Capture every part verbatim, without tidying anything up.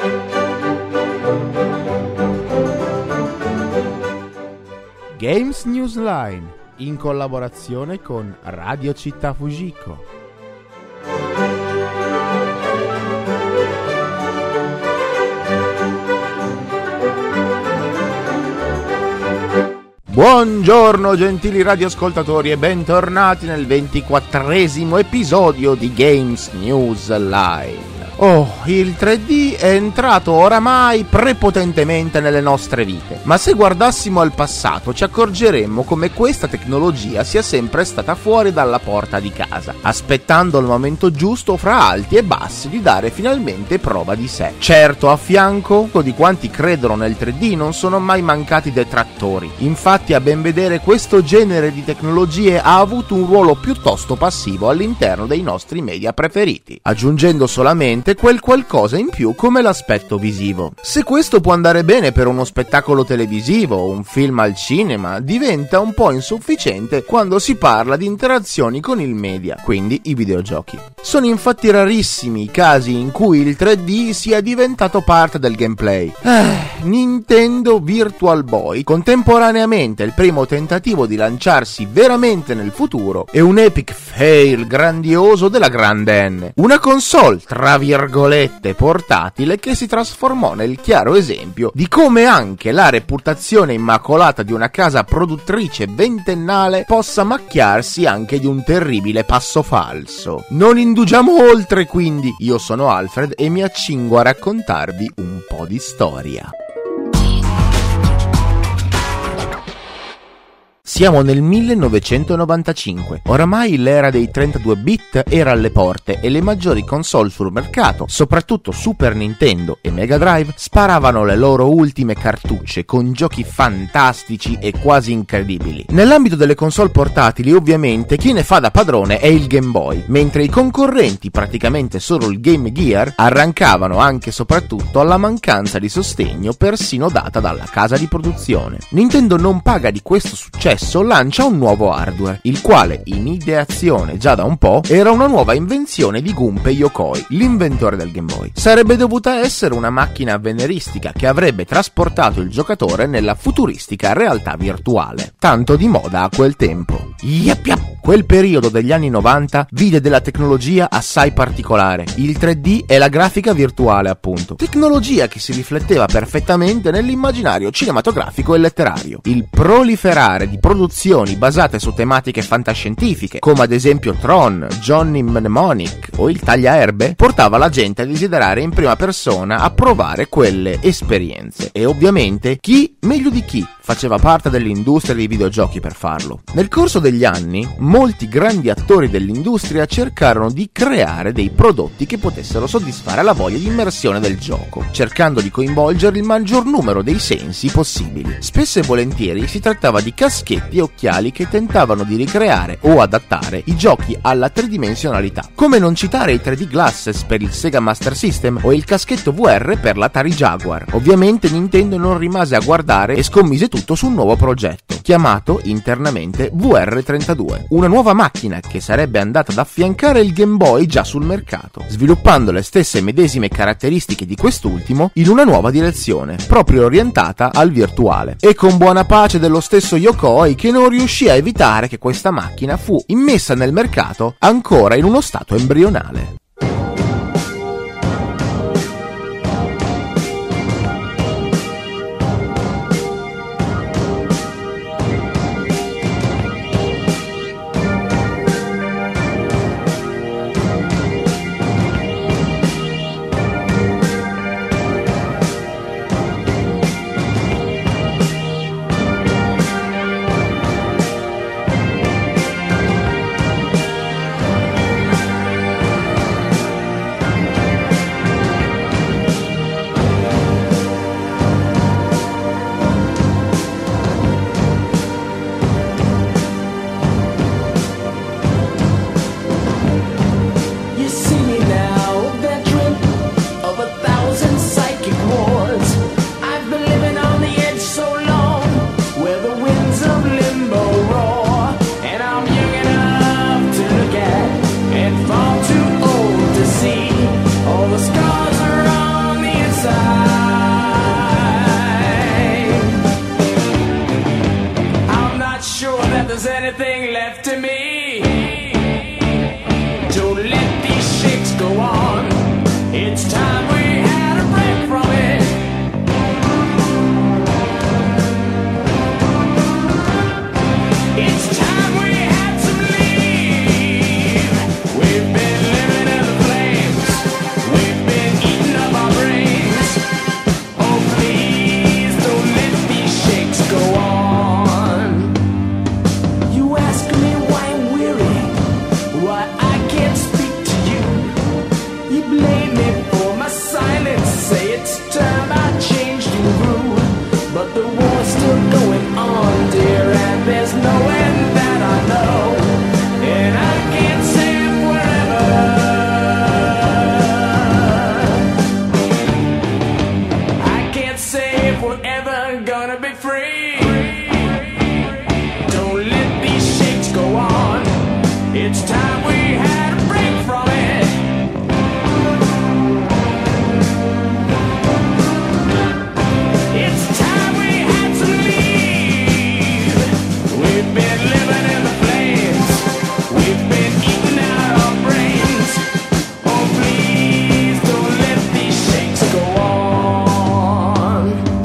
Games Newsline in collaborazione con Radio Città Fujiko. Buongiorno gentili radioascoltatori e bentornati nel ventiquattresimo episodio di Games Newsline. Oh, il tre D è entrato oramai prepotentemente nelle nostre vite, ma se guardassimo al passato ci accorgeremmo come questa tecnologia sia sempre stata fuori dalla porta di casa, aspettando il momento giusto fra alti e bassi di dare finalmente prova di sé. Certo, a fianco di quanti credono nel tre D non sono mai mancati detrattori. Infatti, a ben vedere, questo genere di tecnologie ha avuto un ruolo piuttosto passivo all'interno dei nostri media preferiti, aggiungendo solamente quel qualcosa in più come l'aspetto visivo. Se questo può andare bene per uno spettacolo televisivo o un film al cinema, diventa un po' insufficiente quando si parla di interazioni con il media, quindi i videogiochi. Sono infatti rarissimi i casi in cui il tre D sia diventato parte del gameplay. Eh, Nintendo Virtual Boy, contemporaneamente il primo tentativo di lanciarsi veramente nel futuro e un epic fail grandioso della grande N. Una console, tra virgolette, portatile che si trasformò nel chiaro esempio di come anche la reputazione immacolata di una casa produttrice ventennale possa macchiarsi anche di un terribile passo falso. Non indugiamo oltre, quindi. Io sono Alfred e mi accingo a raccontarvi un po' di storia. Siamo nel millenovecentonovantacinque, oramai l'era dei trentadue bit era alle porte e le maggiori console sul mercato, soprattutto Super Nintendo e Mega Drive, sparavano le loro ultime cartucce con giochi fantastici e quasi incredibili. Nell'ambito delle console portatili, ovviamente, chi ne fa da padrone è il Game Boy, mentre i concorrenti, praticamente solo il Game Gear, arrancavano anche e soprattutto alla mancanza di sostegno persino data dalla casa di produzione. Nintendo non paga di questo successo, lancia un nuovo hardware, il quale, in ideazione già da un po', era una nuova invenzione di Gunpei Yokoi, l'inventore del Game Boy. Sarebbe dovuta essere una macchina avveniristica che avrebbe trasportato il giocatore nella futuristica realtà virtuale, tanto di moda a quel tempo. Yep, yep. Quel periodo degli anni novanta vide della tecnologia assai particolare, il tre D e la grafica virtuale, appunto. Tecnologia che si rifletteva perfettamente nell'immaginario cinematografico e letterario. Il proliferare di produzioni basate su tematiche fantascientifiche, come ad esempio Tron, Johnny Mnemonic o il Tagliaerbe, portava la gente a desiderare in prima persona a provare quelle esperienze. E ovviamente chi, meglio di chi, faceva parte dell'industria dei videogiochi per farlo. Nel corso degli anni, molti grandi attori dell'industria cercarono di creare dei prodotti che potessero soddisfare la voglia di immersione del gioco, cercando di coinvolgere il maggior numero dei sensi possibili. Spesso e volentieri si trattava di caschetti e occhiali che tentavano di ricreare o adattare i giochi alla tridimensionalità. Come non citare i tre D Glasses per il Sega Master System o il caschetto V R per l'Atari Jaguar. Ovviamente Nintendo non rimase a guardare e scommise tutto su un nuovo progetto, chiamato internamente V R trentadue, una nuova macchina che sarebbe andata ad affiancare il Game Boy già sul mercato, sviluppando le stesse medesime caratteristiche di quest'ultimo in una nuova direzione, proprio orientata al virtuale, e con buona pace dello stesso Yokoi, che non riuscì a evitare che questa macchina fu immessa nel mercato ancora in uno stato embrionale. there's anything left to me. Don't let these shakes go on. It's time we had a break from it. It's time we had some leave. We've been living in the flames. We've been eating up our brains. Oh, please don't let these shakes go on. You ask me why I'm weary, why I can't speak to you. You blame me for my silence, say it's time I changed and grew. But the war's still going on, dear, and there's no end that I know. And I can't say it forever. I can't say if we're ever gonna be free. Don't let these shakes go on. It's time we had a break from it. It's time we had some leave. We've been living in the flames. We've been eating out our brains. Oh, please don't let these shakes go on.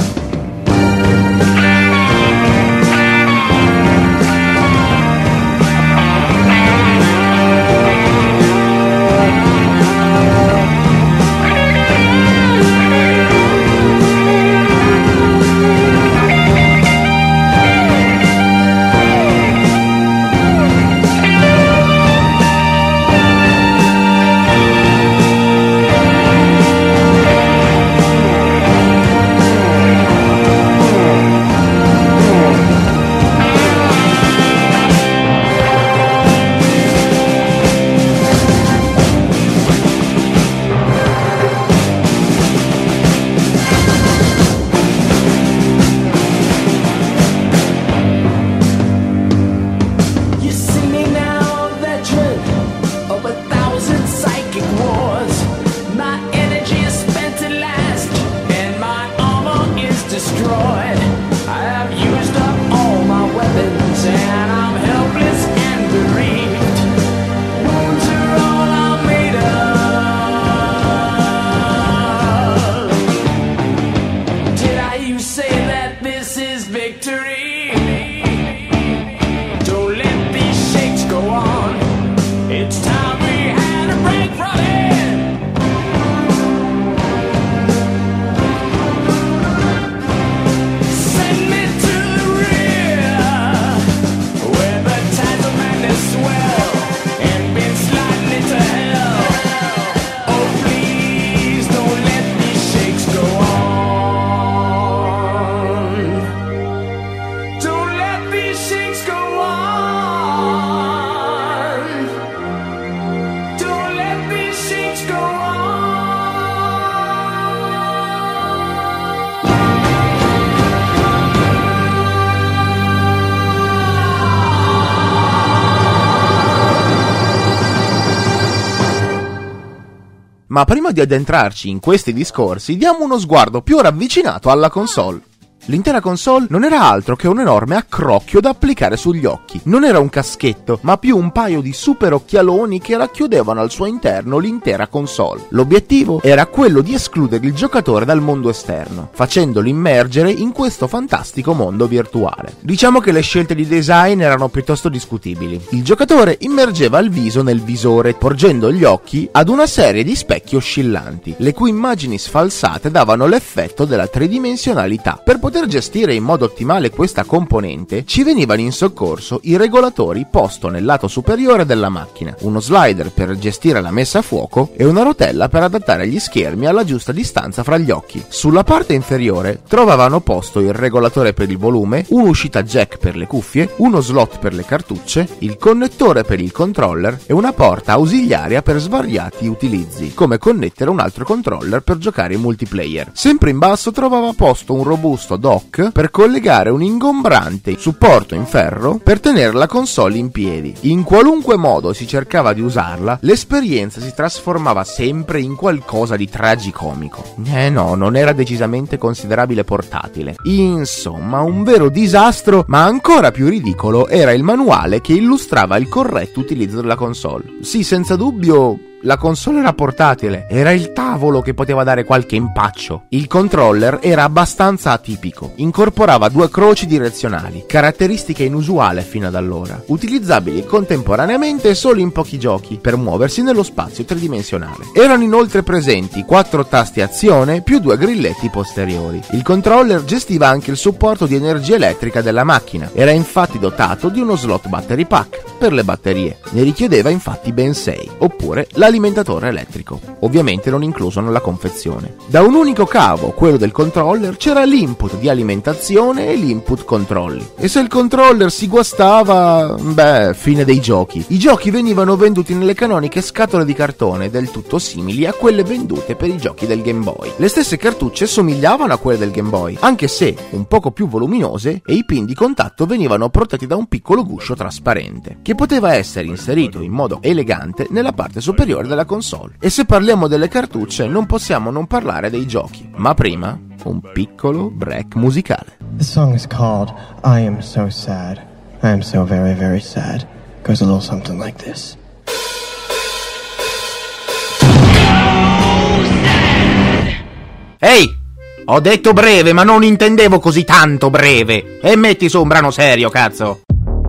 You see me now, veteran of a thousand psychic wars. My energy is spent at last, and my armor is destroyed. I have used up all my weapons, and I'm helpless and bereaved. Wounds are all I'm made of. Did I you say that this is victory? Don't let these shakes go on. It's time we had a break from it. Send me to the rear, where the tides of madness swell and been sliding into hell. Oh, please don't let these shakes go on. Don't let these shakes go on. Don't let these shakes go on. Ma prima di addentrarci in questi discorsi, diamo uno sguardo più ravvicinato alla console. L'intera console non era altro che un enorme accrocchio da applicare sugli occhi. Non era un caschetto, ma più un paio di super occhialoni che racchiudevano al suo interno l'intera console. L'obiettivo era quello di escludere il giocatore dal mondo esterno, facendolo immergere in questo fantastico mondo virtuale. Diciamo che le scelte di design erano piuttosto discutibili. Il giocatore immergeva il viso nel visore, porgendo gli occhi ad una serie di specchi oscillanti, le cui immagini sfalsate davano l'effetto della tridimensionalità. Per poter gestire in modo ottimale questa componente, ci venivano in soccorso i regolatori posto nel lato superiore della macchina, uno slider per gestire la messa a fuoco e una rotella per adattare gli schermi alla giusta distanza fra gli occhi. Sulla parte inferiore trovavano posto il regolatore per il volume, un'uscita jack per le cuffie, uno slot per le cartucce, il connettore per il controller e una porta ausiliaria per svariati utilizzi, come connettere un altro controller per giocare in multiplayer. Sempre in basso trovava posto un robusto dock per collegare un ingombrante supporto in ferro per tenere la console in piedi. In qualunque modo si cercava di usarla, l'esperienza si trasformava sempre in qualcosa di tragicomico. Eh no, non era decisamente considerabile portatile. Insomma, un vero disastro, ma ancora più ridicolo era il manuale che illustrava il corretto utilizzo della console. Sì, senza dubbio, la console era portatile, era il tavolo che poteva dare qualche impaccio. Il controller era abbastanza atipico, incorporava due croci direzionali, caratteristica inusuale fino ad allora, utilizzabili contemporaneamente solo in pochi giochi per muoversi nello spazio tridimensionale. Erano inoltre presenti quattro tasti azione più due grilletti posteriori. Il controller gestiva anche il supporto di energia elettrica della macchina, era infatti dotato di uno slot battery pack per le batterie, ne richiedeva infatti ben sei, oppure la alimentatore elettrico, ovviamente non incluso nella confezione. Da un unico cavo, quello del controller, c'era l'input di alimentazione e l'input controlli. E se il controller si guastava, beh, fine dei giochi. I giochi venivano venduti nelle canoniche scatole di cartone, del tutto simili a quelle vendute per i giochi del Game Boy. Le stesse cartucce somigliavano a quelle del Game Boy, anche se un poco più voluminose, e i pin di contatto venivano protetti da un piccolo guscio trasparente, che poteva essere inserito in modo elegante nella parte superiore della console. E se parliamo delle cartucce non possiamo non parlare dei giochi, ma prima un piccolo break musicale. The song is called I Am So Sad. I am so very very sad. Goes a little something like this. Ehi! Ho detto breve, ma non intendevo così tanto breve. E metti su un brano serio, cazzo.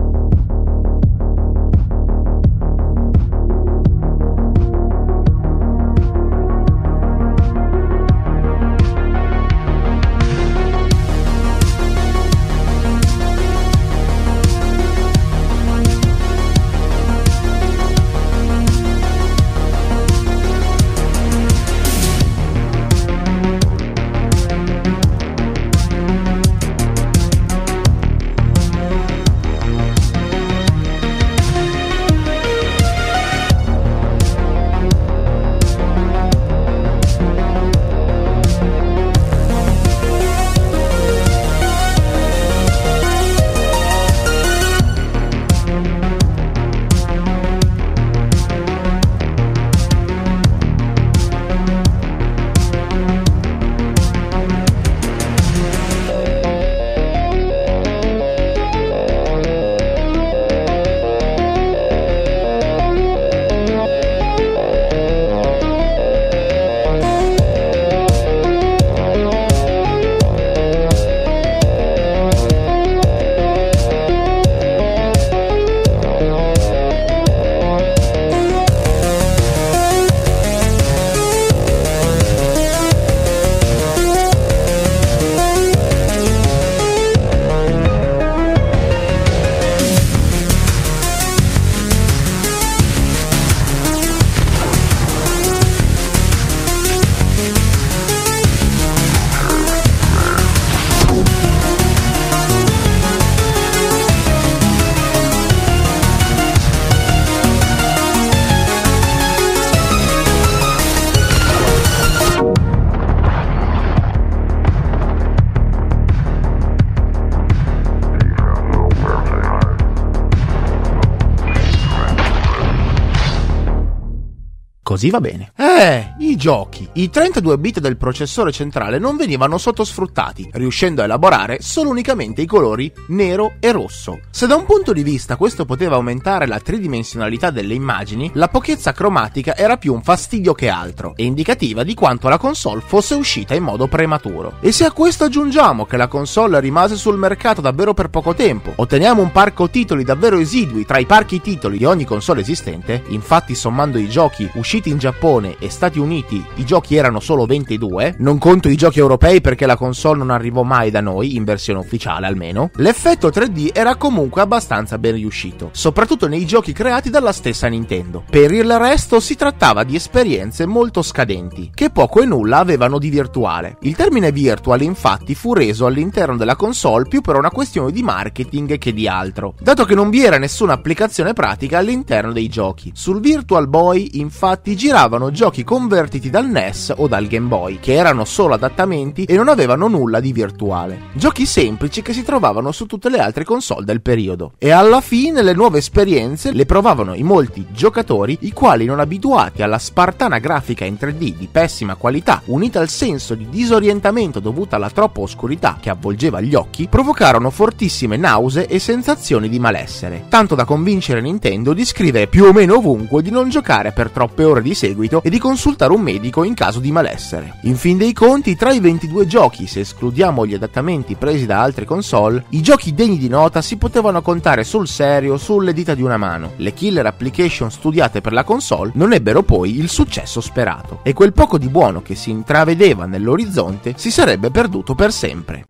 Così va bene. Eh, i giochi. I trentadue bit del processore centrale non venivano sottosfruttati, riuscendo a elaborare solo unicamente i colori nero e rosso. Se da un punto di vista questo poteva aumentare la tridimensionalità delle immagini, la pochezza cromatica era più un fastidio che altro, e indicativa di quanto la console fosse uscita in modo prematuro. E se a questo aggiungiamo che la console rimase sul mercato davvero per poco tempo, otteniamo un parco titoli davvero esigui tra i parchi titoli di ogni console esistente, infatti sommando i giochi usciti in Giappone e Stati Uniti i giochi erano solo ventidue, non conto i giochi europei perché la console non arrivò mai da noi, in versione ufficiale almeno, l'effetto tre D era comunque abbastanza ben riuscito, soprattutto nei giochi creati dalla stessa Nintendo. Per il resto si trattava di esperienze molto scadenti, che poco e nulla avevano di virtuale. Il termine virtual infatti fu reso all'interno della console più per una questione di marketing che di altro, dato che non vi era nessuna applicazione pratica all'interno dei giochi. Sul Virtual Boy infatti giravano giochi convertiti dal N E S o dal Game Boy, che erano solo adattamenti e non avevano nulla di virtuale. Giochi semplici che si trovavano su tutte le altre console del periodo. E alla fine le nuove esperienze le provavano i molti giocatori, i quali, non abituati alla spartana grafica in tre D di pessima qualità, unita al senso di disorientamento dovuta alla troppa oscurità che avvolgeva gli occhi, provocarono fortissime nausee e sensazioni di malessere, tanto da convincere Nintendo di scrivere più o meno ovunque di non giocare per troppe ore di seguito e di consultare un medico in caso di malessere. In fin dei conti, tra i ventidue giochi, se escludiamo gli adattamenti presi da altre console, i giochi degni di nota si potevano contare sul serio sulle dita di una mano. Le killer application studiate per la console non ebbero poi il successo sperato, e quel poco di buono che si intravedeva nell'orizzonte si sarebbe perduto per sempre.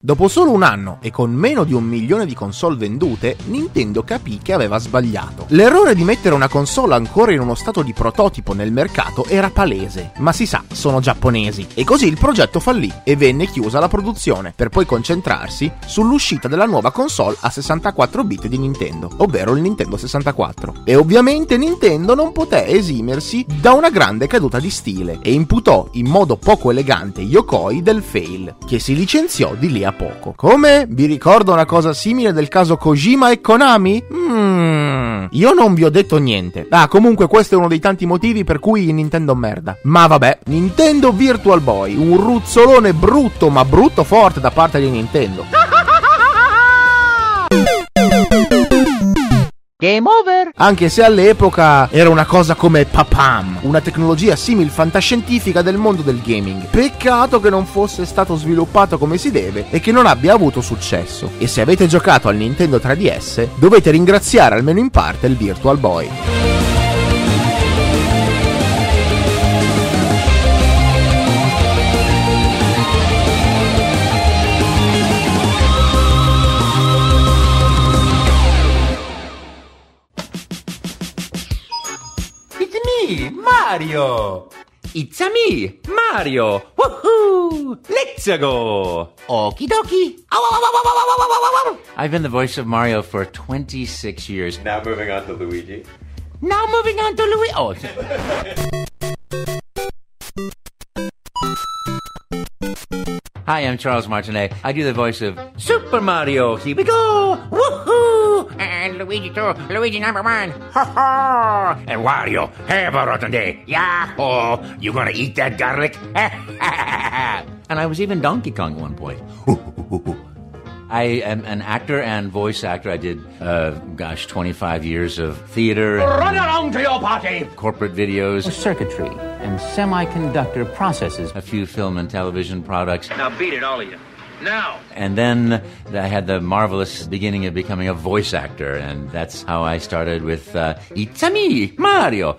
Dopo solo un anno e con meno di un milione di console vendute, Nintendo capì che aveva sbagliato. L'errore di mettere una console ancora in uno stato di prototipo nel mercato era palese, ma si sa, sono giapponesi, e così il progetto fallì e venne chiusa la produzione, per poi concentrarsi sull'uscita della nuova console a sessantaquattro bit di Nintendo, ovvero il Nintendo sessantaquattro. E ovviamente Nintendo non poté esimersi da una grande caduta di stile e imputò in modo poco elegante Yokoi del fail, che si licenziò di lì a poco. Come? Vi ricordo una cosa simile del caso Kojima e Konami? Mmm, io non vi ho detto niente. Ah, comunque questo è uno dei tanti motivi per cui Nintendo merda. Ma vabbè, Nintendo Virtual Boy, un ruzzolone brutto ma brutto forte da parte di Nintendo. Game over! Anche se all'epoca era una cosa come Papam, una tecnologia simil fantascientifica del mondo del gaming. Peccato che non fosse stato sviluppato come si deve e che non abbia avuto successo. E se avete giocato al Nintendo tre D S, dovete ringraziare almeno in parte il Virtual Boy. Mario! It's a me, Mario! Woohoo! Let's go! Okie dokie! I've been the voice of Mario for twenty-six years. Now moving on to Luigi. Now moving on to Luigi. Oh. Hi, I'm Charles Martinet. I do the voice of Super Mario. Here we go! Woohoo! And Luigi too. Luigi number one. Ha ha! And Wario, have a rotten day. Yahoo! You gonna eat that garlic? And I was even Donkey Kong at one point. I am an actor and voice actor. I did, uh, gosh, twenty-five years of theater. Run along to your party! Corporate videos. Circuitry and semiconductor processes. A few film and television products. Now beat it, all of you. Now! And then I had the marvelous beginning of becoming a voice actor, and that's how I started with uh, It's a me, Mario.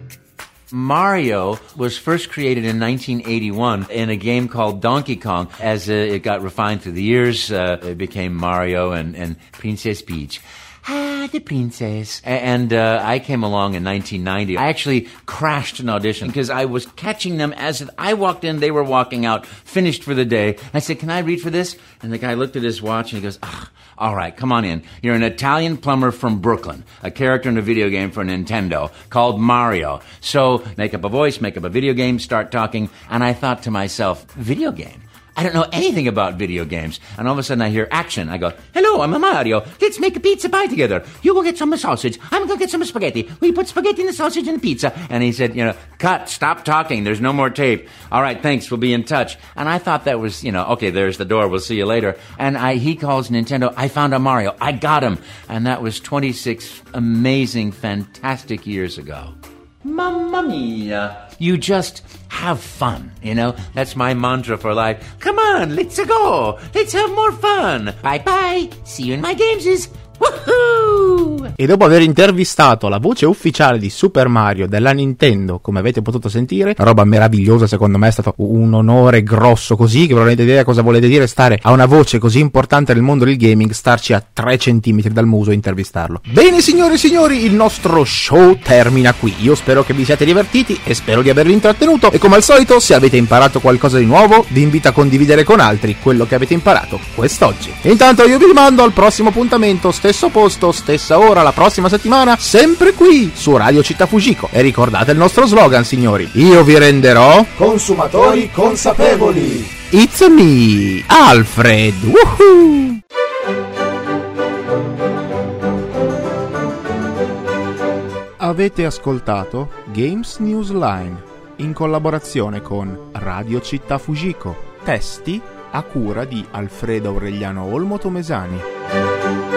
Mario was first created in nineteen eighty-one in a game called Donkey Kong. As uh, it got refined through the years, uh, it became Mario and, and Princess Peach. Ah, the princess. A- And uh, I came along in nineteen ninety. I actually crashed an audition because I was catching them as I walked in, they were walking out, finished for the day. I said, can I read for this? And the guy looked at his watch and he goes, ah, all right, come on in. You're an Italian plumber from Brooklyn, a character in a video game for Nintendo called Mario. So make up a voice, make up a video game, start talking. And I thought to myself, video game? I don't know anything about video games. And all of a sudden I hear action. I go, hello, I'm a Mario. Let's make a pizza pie together. You go get some sausage. I'm going to get some spaghetti. We put spaghetti in the sausage and the pizza. And he said, you know, cut, stop talking. There's no more tape. All right, thanks. We'll be in touch. And I thought that was, you know, okay, there's the door. We'll see you later. And I, he calls Nintendo. I found a Mario. I got him. And that was twenty-six amazing, fantastic years ago. Mamma mia. You just have fun, you know? That's my mantra for life. Come on, let's go. Let's have more fun. Bye bye. See you in my games. Woohoo! E dopo aver intervistato la voce ufficiale di Super Mario della Nintendo, come avete potuto sentire, roba meravigliosa, secondo me è stato un onore grosso così, che non avete idea cosa volete dire stare a una voce così importante nel mondo del gaming, starci a tre centimetri dal muso e intervistarlo. Bene signore e signori, il nostro show termina qui. Io spero che vi siate divertiti e spero di avervi intrattenuto, e come al solito, se avete imparato qualcosa di nuovo, vi invito a condividere con altri quello che avete imparato quest'oggi. E intanto io vi rimando al prossimo appuntamento, stesso posto, stessa ora, la prossima settimana, sempre qui su Radio Città Fujiko. E ricordate il nostro slogan, signori: io vi renderò Consumatori consapevoli. It's me, Alfred. Woohoo! Avete ascoltato Games News Line in collaborazione con Radio Città Fujiko. Testi a cura di Alfredo Aureliano Olmo Tomesani.